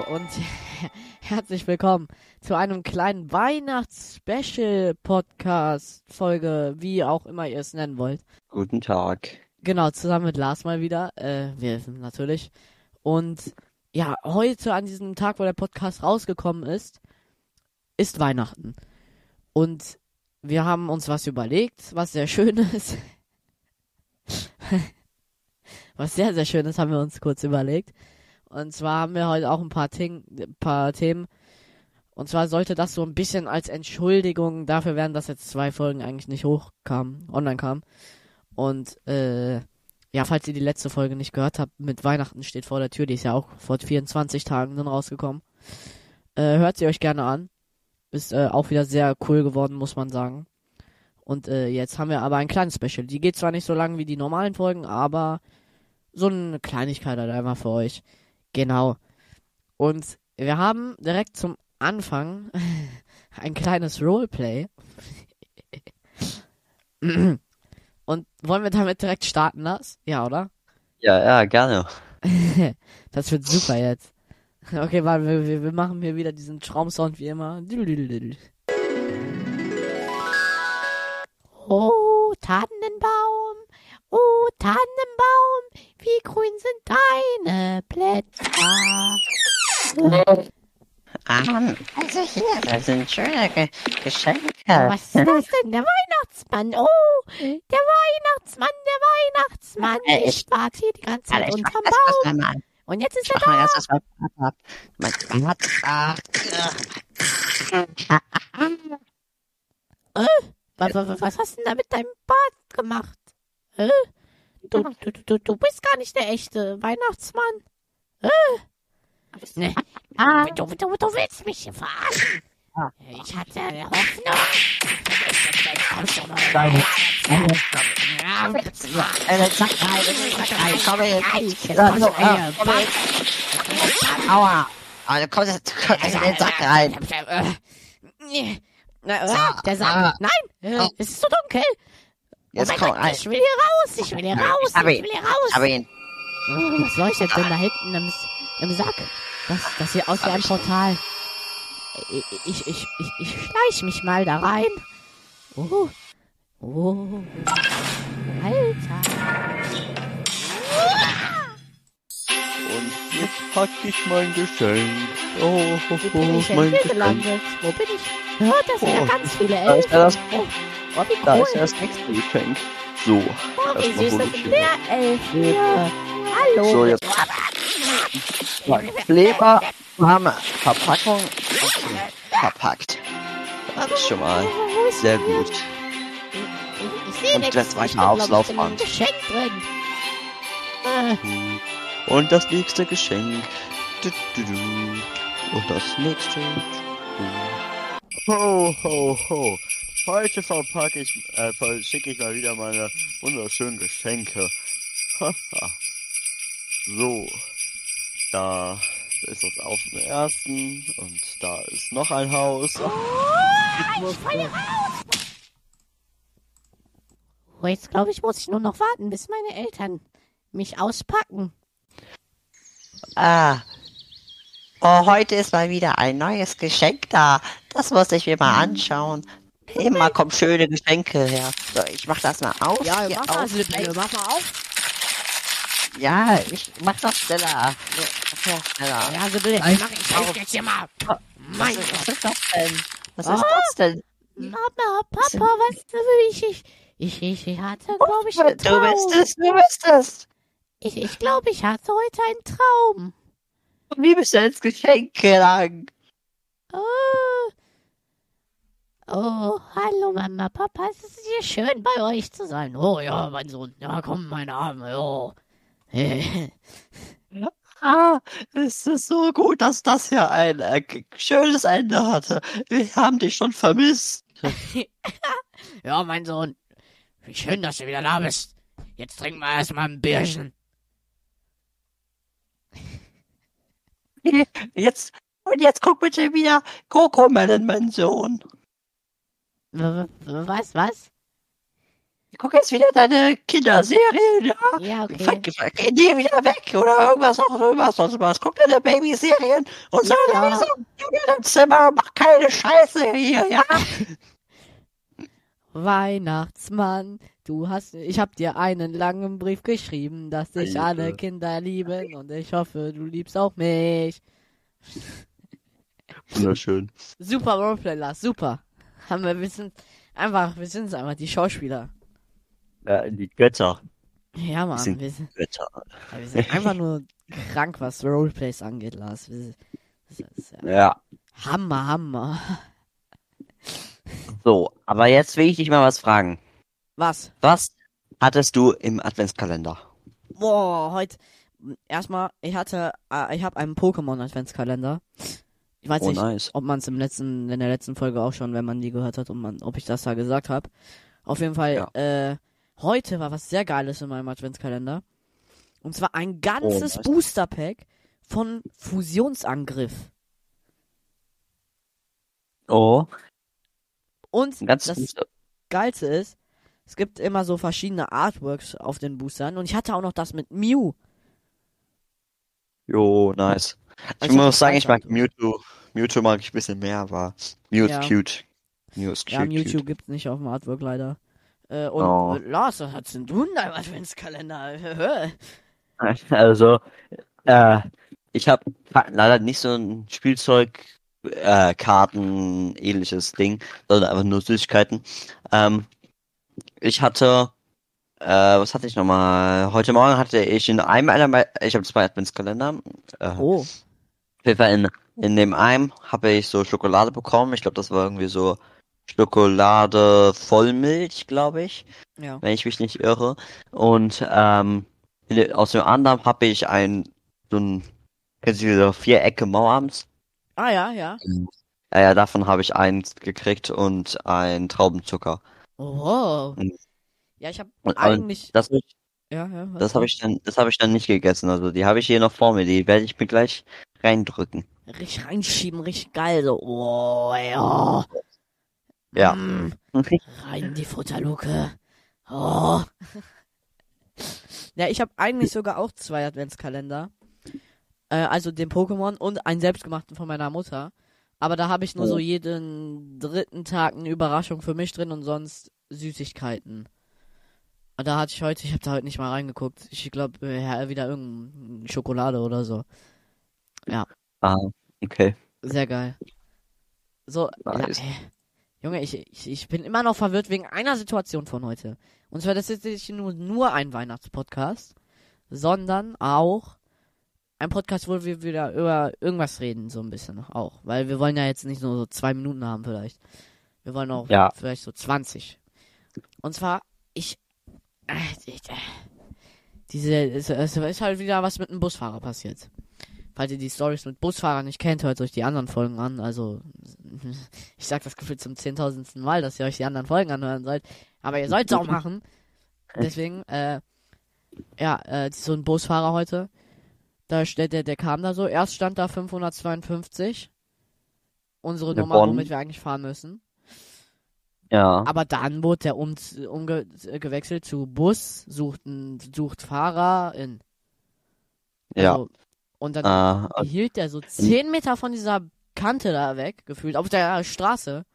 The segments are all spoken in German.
und herzlich willkommen zu einem kleinen Weihnachts-Special-Podcast-Folge, wie auch immer ihr es nennen wollt. Guten Tag. Genau, zusammen mit Lars mal wieder, wir sind natürlich. Und ja, heute an diesem Tag, wo der Podcast rausgekommen ist Weihnachten. Und wir haben uns was überlegt, was sehr schön ist. Was sehr, sehr schön ist, haben wir uns kurz überlegt. Und zwar haben wir heute auch ein paar Themen. Und zwar sollte das so ein bisschen als Entschuldigung dafür werden, dass jetzt 2 Folgen eigentlich nicht online kamen. Und ja, falls ihr die letzte Folge nicht gehört habt, mit Weihnachten steht vor der Tür, die ist ja auch vor 24 Tagen dann rausgekommen. Hört sie euch gerne an. Ist auch wieder sehr cool geworden, muss man sagen. Und jetzt haben wir aber ein kleines Special. Die geht zwar nicht so lang wie die normalen Folgen, aber so eine Kleinigkeit halt einfach für euch. Genau. Und wir haben direkt zum Anfang ein kleines Roleplay. Und wollen wir damit direkt starten, Lars? Ja, oder? Ja, gerne. Das wird super jetzt. Okay, warte, wir machen hier wieder diesen Traumsound wie immer. Oh, Tannenbaum, oh, Tannenbaum, wie grün sind deine Blätter. Also hier, das sind schöne Geschenke. Was ist das denn? Der Weihnachtsmann. Oh, der Weihnachtsmann. Ich warte hier die ganze Zeit unterm Baum. Und jetzt ist er da. Was hast du denn da mit deinem Bart gemacht? Du bist gar nicht der echte Weihnachtsmann. Ne. Du willst mich hier verarschen. Ich hatte Hoffnung. Aua. Du kommst jetzt in den Sack rein. Der Sack. Nein, es ist so dunkel. Jetzt komm rein. Ich will hier raus. Hab ihn. Was leuchtet denn da hinten im Sack? Das sieht aus wie ein Portal. Ich schleich mich mal da rein. Oh. Alter. Und jetzt pack ich mein Geschenk. Oh, Wie bin ich denn mein hier Geschenk. gelandet? Wo bin ich? Ja, das sind ja ganz viele Da ist Elfen. ja das, Wie da cool. ist ja das nächste Geschenk. So, Wie erstmal süß, hol das ich ist hier der Elf hier. Hallo. So, jetzt Kleber, warme Verpackung. Okay, verpackt. Das ist schon mal sehr gut. Ich sehe Und nichts. das zweite Ich bin, glaub ich, Auslaufband. in einem Geschenk drin. Und das nächste Geschenk. Und das nächste. Ho, ho, ho. Heute schicke ich mal wieder meine wunderschönen Geschenke. So. Da ist das auf dem ersten. Und da ist noch ein Haus. Ich falle raus. Oh, jetzt glaube ich, muss ich nur noch warten, bis meine Eltern mich auspacken. Heute ist mal wieder ein neues Geschenk da. Das muss ich mir mal anschauen. Immer kommen schöne Geschenke her. So, ich mach das mal auf. Ja, Hier mach mal, auf. Sibylle, mach mal auf. Ja, ich mach das schneller. Ja, schneller. Ja, Sibylle, ich helfe jetzt hier mal. Mein Was Gott. ist das denn? Was ist das denn? Mama, Papa, was will ich hatte, glaube ich, einen Du Traum. bist es. Ich glaube, ich hatte heute einen Traum. Wie bist du ins Geschenk gelangt? Oh, hallo Mama, Papa, es ist hier schön bei euch zu sein. Oh ja, mein Sohn, ja komm, meine Arme, oh. Es ist so gut, dass das hier ein schönes Ende hatte. Wir haben dich schon vermisst. Ja, mein Sohn, wie schön, dass du wieder da bist. Jetzt trinken wir erstmal ein Bierchen. Jetzt guck bitte wieder Cocomelon, mein Sohn. Was? ich gucke jetzt wieder deine Kinderserien, ja? Ja, okay. Geh die wieder weg oder irgendwas auch irgendwas sonst was. Guck deine Babyserien und so Ja. leise in deinem Zimmer, mach keine Scheiße hier, ja? Weihnachtsmann, ich hab dir einen langen Brief geschrieben, dass dich Alter. alle Kinder lieben und ich hoffe, du liebst auch mich. Wunderschön. Super Roleplay, Lars, super. Wir sind einfach die Schauspieler. Ja, die Götter. Ja, Mann, sind wir sind Götter. einfach nur krank, was Roleplays angeht, Lars. Das ist ja Ja. Hammer. So, aber jetzt will ich dich mal was fragen. Was? Was hattest du im Adventskalender? Boah, heute erstmal, ich habe einen Pokémon Adventskalender. Ich weiß Oh, nicht, nice. ob man es in der letzten Folge auch schon, wenn man die gehört hat, ob ich das da gesagt habe. Auf jeden Fall, heute war was sehr Geiles in meinem Adventskalender. Und zwar ein ganzes nice. Booster Pack von Fusionsangriff. Oh, Und ganz das Geilste ist, es gibt immer so verschiedene Artworks auf den Boostern. Und ich hatte auch noch das mit Mew. Jo, nice. Ich Ich hab muss das sagen, ich mag Eisartwork. Mewtwo. Mewtwo mag ich ein bisschen mehr, aber Mew Ja. ist cute. Mew ist Ja, cute, Mewtwo gibt's nicht auf dem Artwork leider. Oh. Lars, was hast denn du in deinem Adventskalender? Also, ich habe leider nicht so ein Spielzeug, Karten, ähnliches Ding, sondern einfach nur Süßigkeiten. Ich hatte, was hatte ich nochmal? Heute Morgen hatte ich in einem ich habe 2 Adventskalender. Oh, Auf jeden Fall in dem einen habe ich so Schokolade bekommen. Ich glaube, das war irgendwie so Schokolade Vollmilch, glaube ich, ja. wenn ich mich nicht irre. Und aus dem anderen habe ich so ein, kennst du diese Vierecke Mauerarms? Ah, ja. Ja, davon habe ich eins gekriegt und ein Traubenzucker. Oh. Und, Ja, ich habe und eigentlich. das, Ja, was das habe ich dann nicht gegessen. Also die habe ich hier noch vor mir. Die werde ich mir gleich reindrücken. richtig reinschieben, richtig geil. So, oh, ja. Ja. Rein in die Futterluke. Oh. Ja, ich habe eigentlich sogar auch 2 Adventskalender. Also den Pokémon und einen selbstgemachten von meiner Mutter. Aber da habe ich nur so jeden 3. Tag eine Überraschung für mich drin und sonst Süßigkeiten. Und da hatte ich habe da heute nicht mal reingeguckt. Ich glaube, wieder irgendeine Schokolade oder so. Ja, Ah, okay. sehr geil. So, Nice. Junge, ich bin immer noch verwirrt wegen einer Situation von heute. Und zwar, das ist nicht nur ein Weihnachtspodcast, sondern auch ein Podcast, wo wir wieder über irgendwas reden, so ein bisschen auch. Weil wir wollen ja jetzt nicht nur so 2 Minuten haben vielleicht. Wir wollen auch Ja. vielleicht so 20. Und zwar, es ist halt wieder was mit einem Busfahrer passiert. Falls ihr die Stories mit Busfahrern nicht kennt, hört euch die anderen Folgen an. Also, ich sag das Gefühl zum 10.000. Mal, dass ihr euch die anderen Folgen anhören sollt. Aber ihr sollt es auch machen. Deswegen, so ein Busfahrer heute. Der kam da so. Erst stand da 552. Unsere Der Nummer, Bonn. womit wir eigentlich fahren müssen. Ja. Aber dann wurde der gewechselt zu Bus, sucht Fahrer in. Also, Ja. und dann hielt der so 10 Meter von dieser Kante da weg, gefühlt, auf der Straße.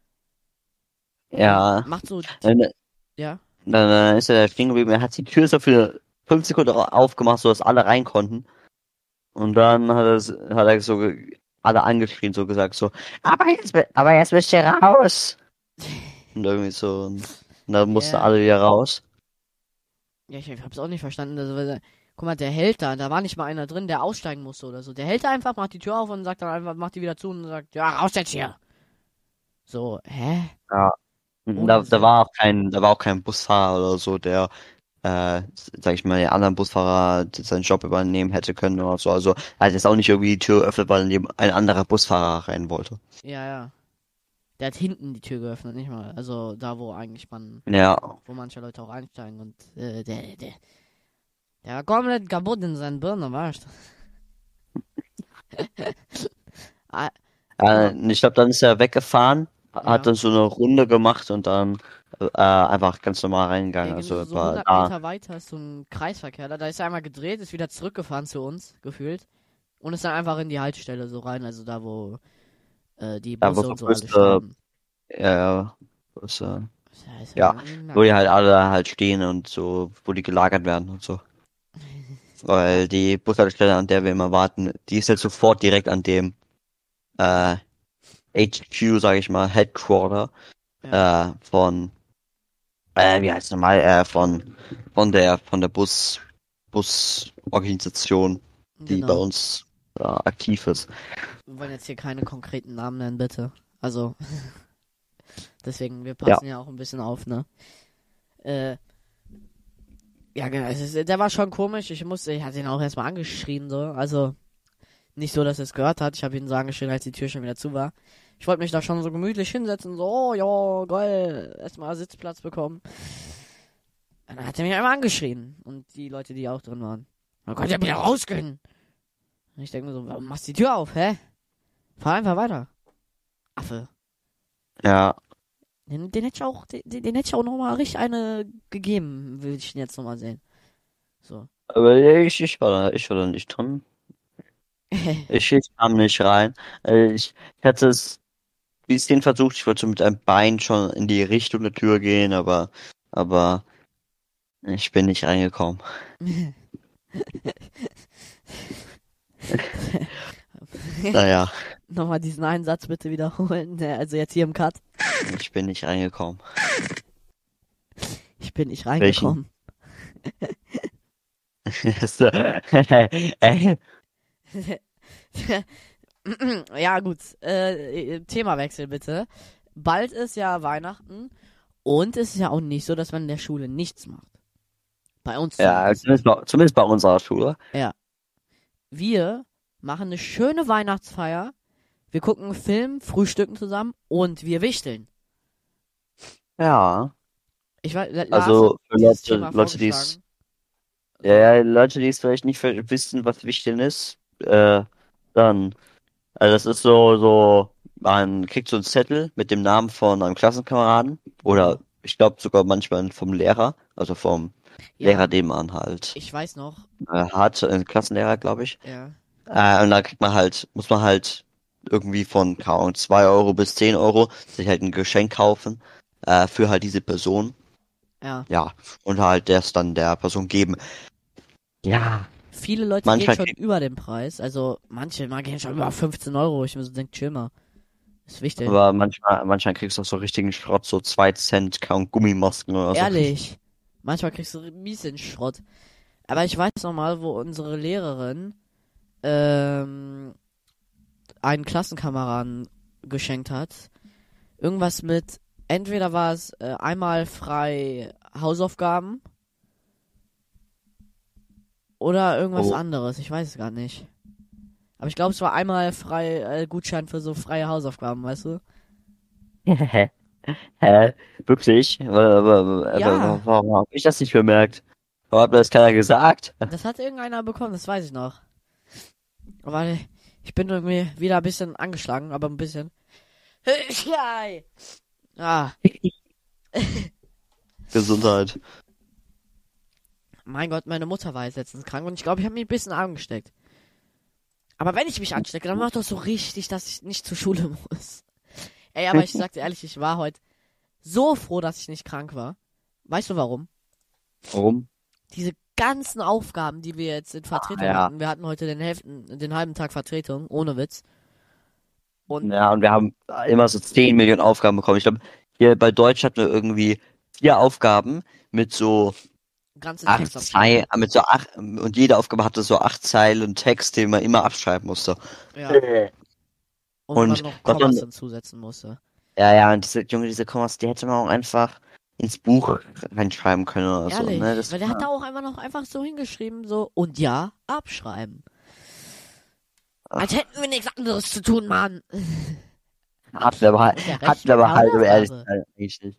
Ja. Macht so, Dann ja. ist er da stehen geblieben. Er hat die Tür so für 5 Sekunden aufgemacht, so dass alle rein konnten. Und dann hat er so alle angeschrien, so gesagt, so, aber jetzt müsst ihr raus. Und irgendwie so, und dann mussten alle wieder raus. Ja, ich hab's auch nicht verstanden. Also, guck mal, der hält da war nicht mal einer drin, der aussteigen musste oder so. Der hält da einfach, macht die Tür auf und sagt dann einfach, macht die wieder zu und sagt, ja, raus jetzt hier. So, hä? Ja. Und da war auch kein Busfahrer oder so, der, sag ich mal, den anderen Busfahrer seinen Job übernehmen hätte können oder so. Also, er hat jetzt auch nicht irgendwie die Tür geöffnet, weil ein anderer Busfahrer rein wollte. Ja. Der hat hinten die Tür geöffnet, nicht mal. Also, da, wo eigentlich wo manche Leute auch einsteigen und, der war komplett kaputt in seinen Birnen, weißt du? Ich glaube, dann ist er weggefahren, hat dann so eine Runde gemacht und dann einfach ganz normal reingegangen. Ja, Also so war 100 da. Meter weiter ist so ein Kreisverkehr. Da ist er einmal gedreht, ist wieder zurückgefahren zu uns, gefühlt. Und ist dann einfach in die Haltestelle so rein, also da, wo die Da, wo Busse so und so alle Busse, standen. Busse, Ja, ist ja, irgendwie wo die merkwürdig. halt alle halt stehen und so, wo die gelagert werden und so. Weil die Bushaltestelle, an der wir immer warten, die ist halt sofort direkt an dem äh, HQ, sage ich mal, Headquarter von, wie heißt es nochmal, von der Busorganisation, die bei Genau. uns aktiv ist. Wir wollen jetzt hier keine konkreten Namen nennen, bitte. Also, deswegen, wir Ja. passen ja auch ein bisschen auf, ne? Ja, genau. Der war schon komisch. Ich hatte ihn auch erstmal angeschrien, so. Also, nicht so, dass er es gehört hat. Ich habe ihn so angeschrien, als die Tür schon wieder zu war. Ich wollte mich da schon so gemütlich hinsetzen, so, oh, ja, geil, erstmal Sitzplatz bekommen. Und dann hat er mich einmal angeschrien. Und die Leute, die auch drin waren. Man konnte ja wieder rausgehen. Und ich denke mir so, warum machst du die Tür auf, hä? Fahr einfach weiter. Affe. Ja, Den hätte hätte ich auch nochmal richtig eine gegeben, will ich ihn jetzt nochmal sehen. So. aber ich war da nicht drin. Ich kam nicht rein. Ich hatte es ein bisschen versucht, ich wollte so mit einem Bein schon in die Richtung der Tür gehen, aber ich bin nicht reingekommen. Naja, Nochmal diesen einen Satz bitte wiederholen. Also jetzt hier im Cut. ich bin nicht reingekommen. Ich bin nicht reingekommen. So, ey, Ja, gut. Themawechsel bitte. Bald ist ja Weihnachten und es ist ja auch nicht so, dass man in der Schule nichts macht. Bei uns ja, zumindest bei unserer Schule. Ja. Wir machen eine schöne Weihnachtsfeier. Wir gucken einen Film, frühstücken zusammen und wir wichteln. Ja, Ich weiß, Lars also hat für dieses Thema Leute, die es, vorgeschlagen. Leute, die es vielleicht nicht wissen, was Wichteln ist, dann, also das ist man kriegt so einen Zettel mit dem Namen von einem Klassenkameraden oder ich glaube sogar manchmal vom Lehrer, also vom Ja, Lehrer, den man halt ich weiß noch. hat, ein Klassenlehrer, glaube ich. Ja. Und dann muss man halt irgendwie von, keine Ahnung, 2 Euro bis 10 Euro sich halt ein Geschenk kaufen, für halt diese Person. Ja. Ja, und halt das dann der Person geben. Ja, Viele Leute manchmal gehen schon über den Preis. Also manche mal gehen schon über 15 Euro. Ich mir so denke, chill mal. Ist wichtig. aber manchmal kriegst du auch so richtigen Schrott, so 2 Cent, keine Ahnung, Gummimasken oder so. Ehrlich. Manchmal kriegst du mies den Schrott. Aber ich weiß noch mal, wo unsere Lehrerin einen Klassenkameraden geschenkt hat. Irgendwas mit, entweder war es einmal frei Hausaufgaben oder irgendwas Oh. anderes. Ich weiß es gar nicht. Aber ich glaube, es war einmal frei Gutschein für so freie Hausaufgaben, weißt du? Hä? Wirklich? Ja. Warum habe ich das nicht bemerkt? Warum hat mir das keiner gesagt? Das hat irgendeiner bekommen, das weiß ich noch. Aber ich bin irgendwie wieder ein bisschen angeschlagen, aber ein bisschen. Ah, Gesundheit. mein Gott, meine Mutter war jetzt letztens krank und ich glaube, ich habe mich ein bisschen angesteckt. Aber wenn ich mich anstecke, dann mach doch so richtig, dass ich nicht zur Schule muss. Ey, aber ich sag dir ehrlich, ich war heute so froh, dass ich nicht krank war. Weißt du warum? Warum? Diese ganzen Aufgaben, die wir jetzt in Vertretung ja. hatten. Wir hatten heute den halben Tag Vertretung, ohne Witz. Und Ja, und wir haben immer so 10 Millionen Aufgaben bekommen. Ich glaube, hier bei Deutsch hatten wir irgendwie 4 Aufgaben mit so ganze 8 Textabschnitte. Zeilen, und jede Aufgabe hatte so 8 Zeilen Text, den man immer abschreiben musste. Ja. Und wo man Und noch was Kommas man, hinzusetzen musste. ja, und diese Kommas, die hätte man auch einfach ins Buch reinschreiben können oder so, Ehrlich, ne? Das, weil der hat da auch einfach so hingeschrieben, so, und ja, abschreiben. Als hätten wir nichts anderes zu tun, Mann. hatten wir aber, Ist ja recht hatten wir aber halt, um ehrlich zu Hausaufgabe. sein, eigentlich nicht.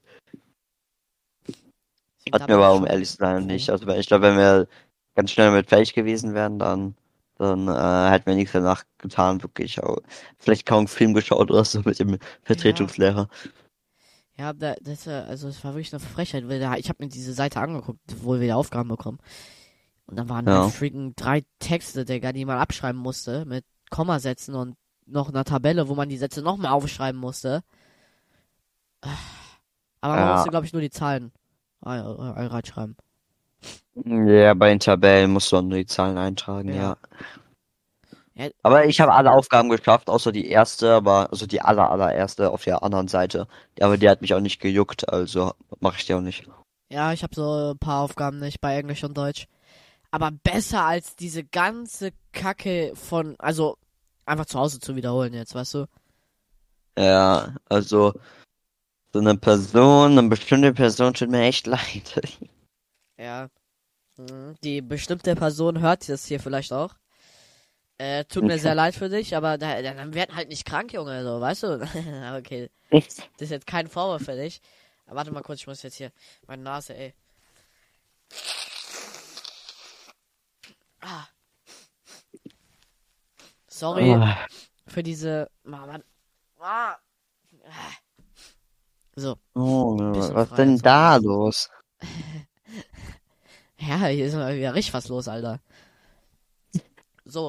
Deswegen, da Hatten wir bin ich aber, um schon ehrlich zu sein, froh. nicht. Also, ich glaube, wenn wir ganz schnell damit fertig gewesen wären, dann dann hätten wir nichts danach getan, wirklich. Aber vielleicht kaum einen Film geschaut oder so mit dem Vertretungslehrer. Ja, also es war wirklich eine Frechheit, weil ich habe mir diese Seite angeguckt, wo wir die Aufgaben bekommen. Und dann waren Ja. halt freaking 3 Texte, Digga, die man abschreiben musste, mit Kommasätzen und noch einer Tabelle, wo man die Sätze nochmal aufschreiben musste. Aber man Ja. musste, glaube ich, nur die Zahlen reinschreiben. Ja, bei den Tabellen musst du nur die Zahlen eintragen, Ja. ja. Ja, Aber ich habe alle Aufgaben geschafft, außer die erste, also die allererste auf der anderen Seite. Aber die hat mich auch nicht gejuckt, also mache ich die auch nicht. ja, ich habe so ein paar Aufgaben nicht bei Englisch und Deutsch. Aber besser als diese ganze Kacke also einfach zu Hause zu wiederholen jetzt, weißt du? Ja, also so eine bestimmte Person tut mir echt leid. Ja. Die bestimmte Person hört das hier vielleicht auch. Tut mir sehr leid für dich, aber dann werden halt nicht krank, Junge, so, weißt du? Okay, das ist jetzt kein Vorwurf für dich. Aber warte mal kurz, ich muss jetzt hier meine Nase, ey. Sorry Ah, für diese. So, Oh, bisschen was freier denn zum da Atmen. los? Ja, hier ist mal wieder richtig was los, Alter. So,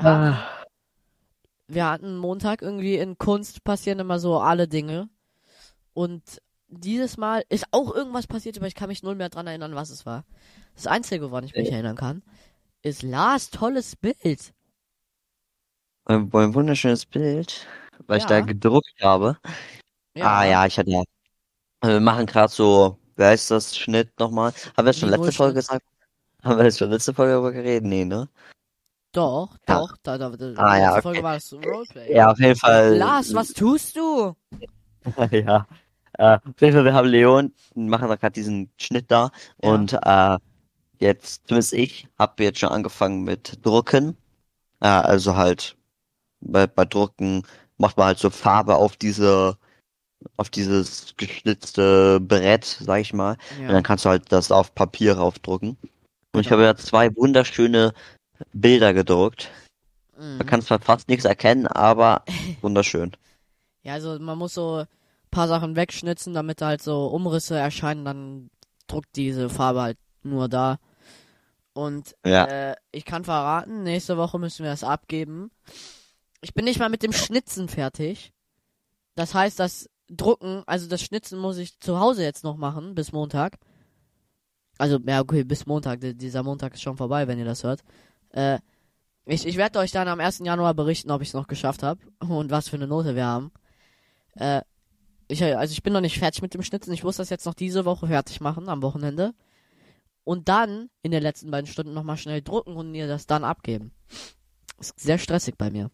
wir hatten Montag irgendwie in Kunst passieren immer so alle Dinge. Und dieses Mal ist auch irgendwas passiert, aber ich kann mich null mehr dran erinnern, was es war. Das Einzige, woran ich mich erinnern kann, ist Lars tolles Bild. Ein wunderschönes Bild, weil ich da Ja, gedruckt habe. Ah ja, ja, ich hatte ja. Wir machen gerade so, wer ist das Schnitt nochmal? Haben wir das schon wie letzte Folge Nullschnitt. gesagt? Haben wir das schon letzte Folge darüber geredet? Nee, ne? Doch, Ja. doch, Ah ja, letzte okay. Folge war das Roleplay. Ja, auf jeden Fall. Lars, was tust du? Ja. Auf jeden Fall, wir haben Leon, machen da gerade diesen Schnitt da. Ja. Und jetzt, zumindest ich, habe jetzt schon angefangen mit Drucken. Also halt, bei Drucken macht man halt so Farbe auf dieses geschnitzte Brett, sag ich mal. Und Ja, dann kannst du halt das auf Papier raufdrucken. Und ich genau. habe ja 2 wunderschöne Bilder gedruckt. Man Mhm. kann zwar fast nichts erkennen, aber wunderschön. Ja, also man muss so ein paar Sachen wegschnitzen, damit da halt so Umrisse erscheinen, dann druckt diese Farbe halt nur da. Und Ja. ich kann verraten, nächste Woche müssen wir das abgeben. Ich bin nicht mal mit dem Schnitzen fertig. Das heißt, das Drucken, also das Schnitzen muss ich zu Hause jetzt noch machen, bis Montag. Also, ja, okay, bis Montag. Dieser Montag ist schon vorbei, wenn ihr das hört. Ich werde euch dann am 1. Januar berichten, ob ich es noch geschafft habe und was für eine Note wir haben. Ich bin noch nicht fertig mit dem Schnitzen. Ich muss das jetzt noch diese Woche fertig machen, am Wochenende. Und dann in den letzten beiden Stunden nochmal schnell drucken und mir das dann abgeben. Ist sehr stressig bei mir.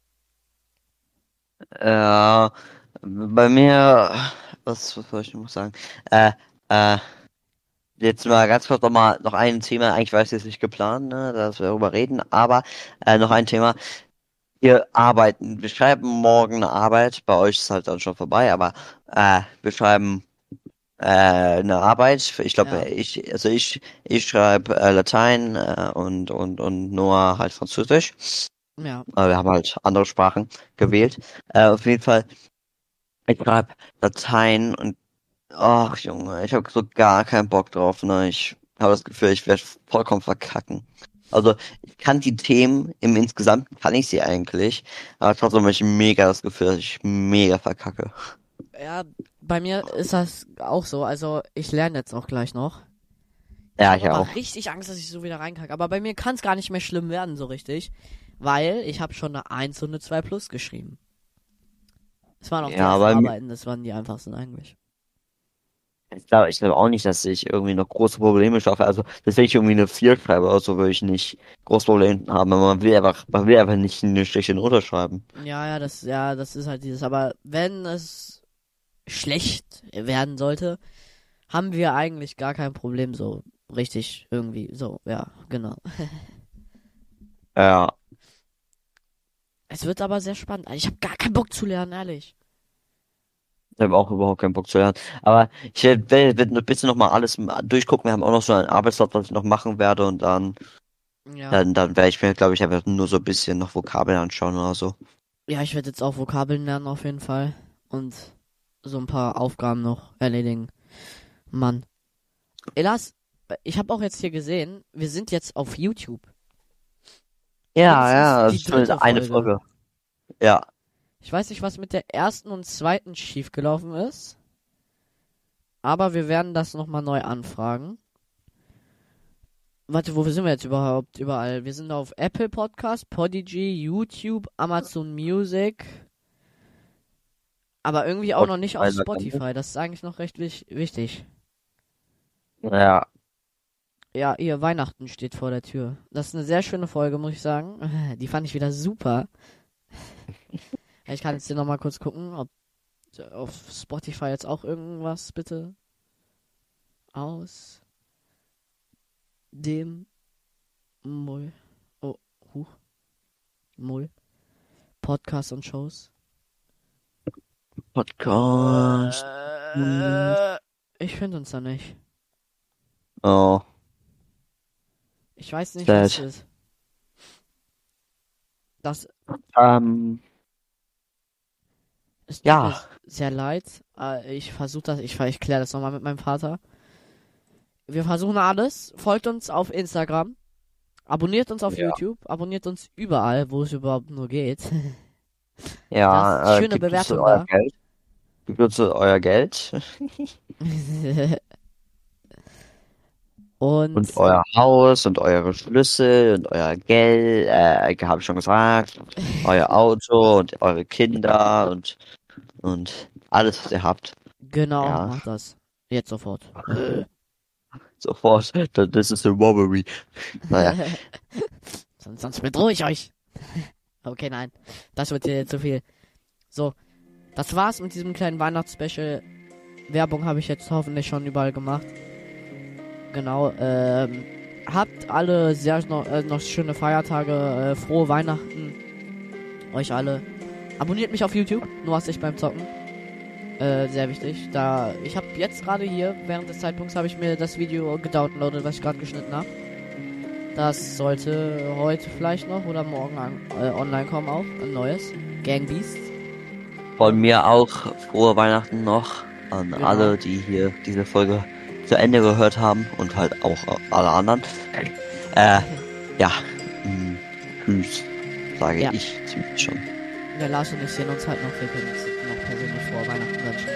Bei mir, was soll ich noch sagen? Äh, äh, Jetzt mal ganz kurz noch ein Thema. Eigentlich war es jetzt nicht geplant, ne, dass wir darüber reden, aber noch ein Thema. Wir arbeiten, wir schreiben morgen eine Arbeit. Bei euch ist halt dann schon vorbei, aber wir schreiben eine Arbeit. Ich glaube, Ja. ich schreibe Latein und Noah halt Französisch. Ja. Wir haben halt andere Sprachen gewählt. Auf jeden Fall, ich schreibe Latein und ach Junge, ich habe so gar keinen Bock drauf. Ne? Ich habe das Gefühl, ich werde vollkommen verkacken. Also ich kann die Themen im Insgesamt kann ich sie eigentlich, aber trotzdem habe ich mega das Gefühl, dass ich mega verkacke. Ja, bei mir ist das auch so. Also, ich lerne jetzt auch gleich noch. Ja, Ich ich habe aber auch. richtig Angst, dass ich so wieder reinkacke. Aber bei mir kann es gar nicht mehr schlimm werden, so richtig. Weil ich habe schon eine 1 und eine 2 plus geschrieben. Das waren auch die Ja, ersten aber Arbeiten, das waren die einfachsten eigentlich. ich glaube auch nicht, dass ich irgendwie noch große Probleme schaffe. Also, dass wenn ich irgendwie eine 4 schreibe oder so, würde ich nicht große Probleme haben. Aber man will einfach nicht eine schlechte Note schreiben. Ja, das ist halt dieses. Aber wenn es schlecht werden sollte, haben wir eigentlich gar kein Problem so richtig irgendwie. So, ja, genau. Ja. Es wird aber sehr spannend. Ich habe gar keinen Bock zu lernen, ehrlich. Ich habe auch überhaupt keinen Bock zu lernen. Aber ich werde ein bisschen noch mal alles durchgucken. Wir haben auch noch so ein Arbeitsblatt, was ich noch machen werde und dann Ja. Dann werde ich mir, glaube ich, einfach nur so ein bisschen noch Vokabeln anschauen oder so. Ja, ich werde jetzt auch Vokabeln lernen auf jeden Fall. Und so ein paar Aufgaben noch erledigen. Mann. Elas, ich habe auch jetzt hier gesehen, wir sind jetzt auf YouTube. Ja, ja, Mindestens das die ist dritte eine Folge. Folge. Ja, Ich weiß nicht, was mit der ersten und zweiten schiefgelaufen ist. Aber wir werden das nochmal neu anfragen. Warte, wo sind wir jetzt überhaupt? Überall. Wir sind auf Apple Podcast, Podigy, YouTube, Amazon Music. Aber irgendwie auch noch nicht auf Spotify. Das ist eigentlich noch recht wichtig. ja, Ja, ihr Weihnachten steht vor der Tür. Das ist eine sehr schöne Folge, muss ich sagen. Die fand ich wieder super. Ich kann jetzt hier nochmal kurz gucken, ob auf Spotify jetzt auch irgendwas bitte aus dem Mull. Oh, Mull. Podcasts und Shows. Podcast. Ich finde uns da nicht. Oh, Ich weiß nicht, sad. was es ist. Das es tut mir Ja, sehr leid. Ich versuche das, ich kläre das nochmal mit meinem Vater. Wir versuchen alles. Folgt uns auf Instagram. Abonniert uns auf Ja. YouTube. Abonniert uns überall, wo es überhaupt nur geht. ja, Lasst schöne gebt uns Bewertung euer da. Geld. Gebt uns euer Geld und euer Haus und eure Schlüssel und euer Geld, habe ich schon gesagt, euer Auto und eure Kinder und alles, was ihr habt. Genau, Ja. macht das. Jetzt sofort. Sofort, das ist a robbery. Naja, Sonst bedrohe ich euch. Okay, nein. Das wird hier zu viel. So, das war's mit diesem kleinen Weihnachtsspecial. Werbung habe ich jetzt hoffentlich schon überall gemacht. Genau, habt alle sehr noch schöne Feiertage, frohe Weihnachten. Euch alle. Abonniert mich auf YouTube, nur was ich beim Zocken. Sehr wichtig. Da ich habe jetzt gerade hier, während des Zeitpunkts, habe ich mir das Video gedownloadet, was ich gerade geschnitten habe. Das sollte heute vielleicht noch oder morgen online kommen auch. Ein neues. Gang Beasts. von mir auch frohe Weihnachten noch an Genau. alle, die hier diese Folge zu Ende gehört haben und halt auch alle anderen. Ja, tschüss, sage Ja. ich ziemlich schon. Der Lars und ich sehen uns halt noch. Wir können uns noch persönlich vor Weihnachten wünschen.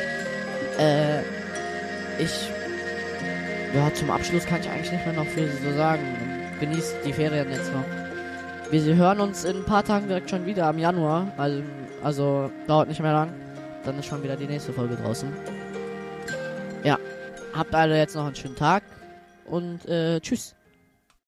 Ja, zum Abschluss kann ich eigentlich nicht mehr noch viel so sagen. Genießt die Ferien jetzt noch. Wir hören uns in ein paar Tagen direkt schon wieder am Januar. Also dauert nicht mehr lang. Dann ist schon wieder die nächste Folge draußen. Ja. Habt alle jetzt noch einen schönen Tag. Und tschüss.